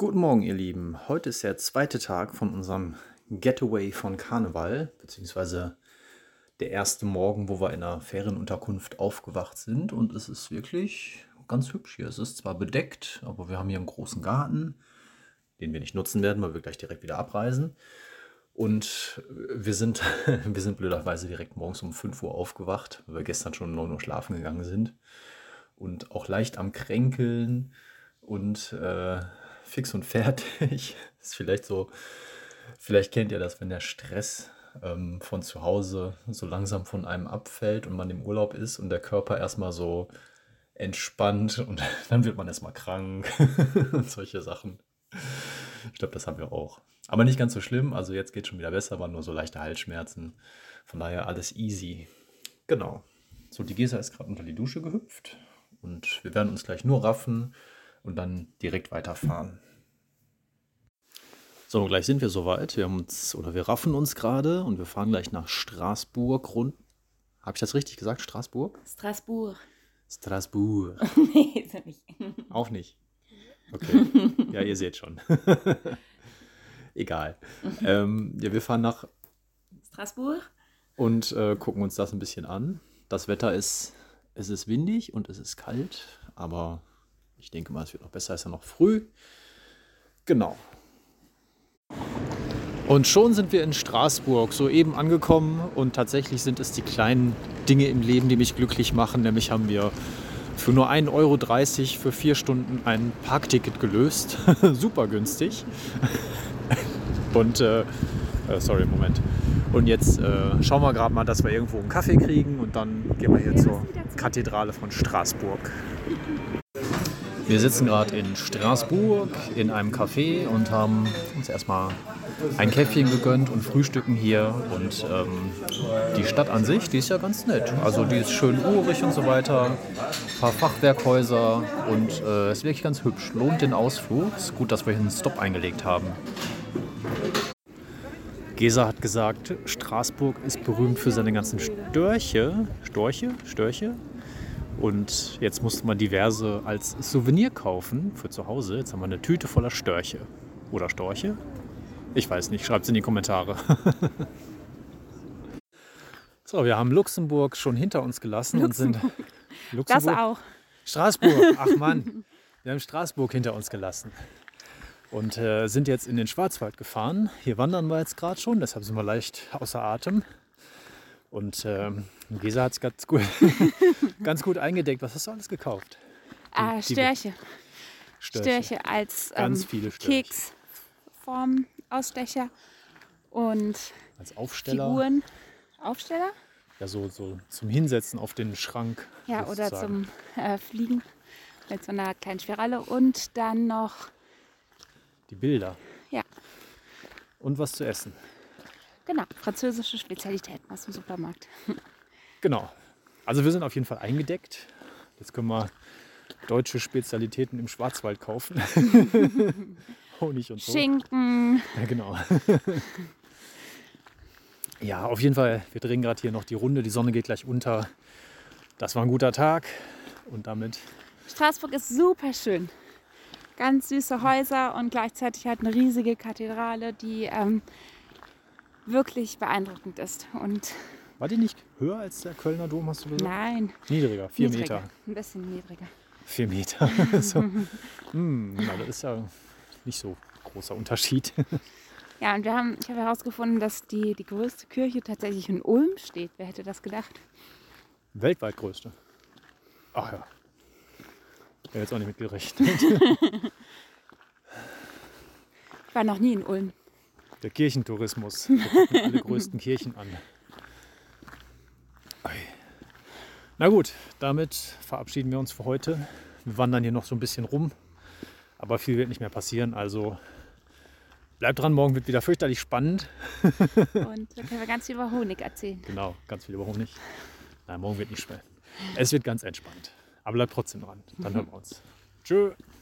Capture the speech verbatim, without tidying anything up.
Guten Morgen, ihr Lieben. Heute ist der zweite Tag von unserem Getaway von Karneval, beziehungsweise der erste Morgen, wo wir in einer Ferienunterkunft aufgewacht sind. Und es ist wirklich ganz hübsch hier. Es ist zwar bedeckt, aber wir haben hier einen großen Garten, den wir nicht nutzen werden, weil wir gleich direkt wieder abreisen. Und wir sind, wir sind blöderweise direkt morgens um fünf Uhr aufgewacht, weil wir gestern schon um neun Uhr schlafen gegangen sind. Und auch leicht am Kränkeln und äh, fix und fertig. Ist vielleicht so, vielleicht kennt ihr das, wenn der Stress ähm, von zu Hause so langsam von einem abfällt und man im Urlaub ist und der Körper erstmal so entspannt und dann wird man erstmal krank und solche Sachen. Ich glaube, das haben wir auch. Aber nicht ganz so schlimm. Also jetzt geht es schon wieder besser, waren nur so leichte Halsschmerzen. Von daher alles easy. Genau. So, die Gesa ist gerade unter die Dusche gehüpft und wir werden uns gleich nur raffen und dann direkt weiterfahren. So, gleich sind wir soweit. Wir haben uns, oder wir raffen uns gerade und wir fahren gleich nach Straßburg rund. Habe ich das richtig gesagt? Straßburg? Straßburg. Straßburg. Nee, ist er nicht. Auch nicht. Okay. Ja, ihr seht schon. Egal. Ähm, ja, wir fahren nach Straßburg. und äh, gucken uns das ein bisschen an. Das Wetter ist, es ist windig und es ist kalt, aber ich denke mal, es wird noch besser, es ist ja noch früh. Genau. Und schon sind wir in Straßburg, soeben angekommen und tatsächlich sind es die kleinen Dinge im Leben, die mich glücklich machen. Nämlich haben wir für nur ein Euro dreißig für vier Stunden ein Parkticket gelöst. Super günstig. Und, äh, äh, sorry, Moment. Und jetzt äh, schauen wir gerade mal, dass wir irgendwo einen Kaffee kriegen und dann gehen wir hier zur Kathedrale von Straßburg. Wir sitzen gerade in Straßburg in einem Café und haben uns erstmal ein Käffchen gegönnt und frühstücken hier. Und ähm, die Stadt an sich, die ist ja ganz nett. Also die ist schön urig und so weiter. Ein paar Fachwerkhäuser und äh, ist wirklich ganz hübsch. Lohnt den Ausflug. Ist gut, dass wir hier einen Stopp eingelegt haben. Gesa hat gesagt, Straßburg ist berühmt für seine ganzen Störche. Storche? Störche? Und jetzt musste man diverse als Souvenir kaufen für zu Hause. Jetzt haben wir eine Tüte voller Störche. Oder Storche? Ich weiß nicht, schreibt es in die Kommentare. So, wir haben Luxemburg schon hinter uns gelassen Luxemburg. und sind... Luxemburg? Das auch. Straßburg, ach Mann. Wir haben Straßburg hinter uns gelassen. Und äh, sind jetzt in den Schwarzwald gefahren. Hier wandern wir jetzt gerade schon, deshalb sind wir leicht außer Atem. Und ähm, Gesa hat es ganz gut, ganz gut eingedeckt. Was hast du alles gekauft? Die, Ah, Störche. Störche. Störche als ähm, Ganz viele Störche. Keksform, Ausstecher und Als Aufsteller. Figuren. Aufsteller? Ja, so, so zum Hinsetzen auf den Schrank. Ja, oder sozusagen. zum äh, Fliegen mit so einer kleinen Spirale. Und dann noch, Die Bilder. ja, Und was zu essen. genau, französische Spezialitäten aus dem Supermarkt. Genau. Also wir sind auf jeden Fall eingedeckt. Jetzt können wir deutsche Spezialitäten im Schwarzwald kaufen. Honig und so. Schinken. Ja, genau. Ja, auf jeden Fall. Wir drehen gerade hier noch die Runde. Die Sonne geht gleich unter. Das war ein guter Tag. Und damit... Straßburg ist super schön. Ganz süße Häuser und gleichzeitig halt eine riesige Kathedrale, die ähm, wirklich beeindruckend ist. Und War die nicht höher als der Kölner Dom, hast du gesagt? nein, Niedriger, vier niedriger, Meter. ein bisschen niedriger. Vier Meter. So. Hm, na, das ist ja nicht so großer Unterschied. Ja, und wir haben, ich habe herausgefunden, dass die, die größte Kirche tatsächlich in Ulm steht. Wer hätte das gedacht? Weltweit größte. Ach ja. Ich habe jetzt auch nicht mit gerechnet. Ich war noch nie in Ulm. Der Kirchentourismus. Wir gucken alle größten Kirchen an. Ui. Na gut, damit verabschieden wir uns für heute. Wir wandern hier noch so ein bisschen rum. Aber viel wird nicht mehr passieren. Also bleibt dran, morgen wird wieder fürchterlich spannend. Und da können wir ganz viel über Honig erzählen. Genau, ganz viel über Honig. Nein, morgen wird nicht schwer. Es wird ganz entspannt. Aber bleibt trotzdem dran. Dann hören wir uns. Tschö.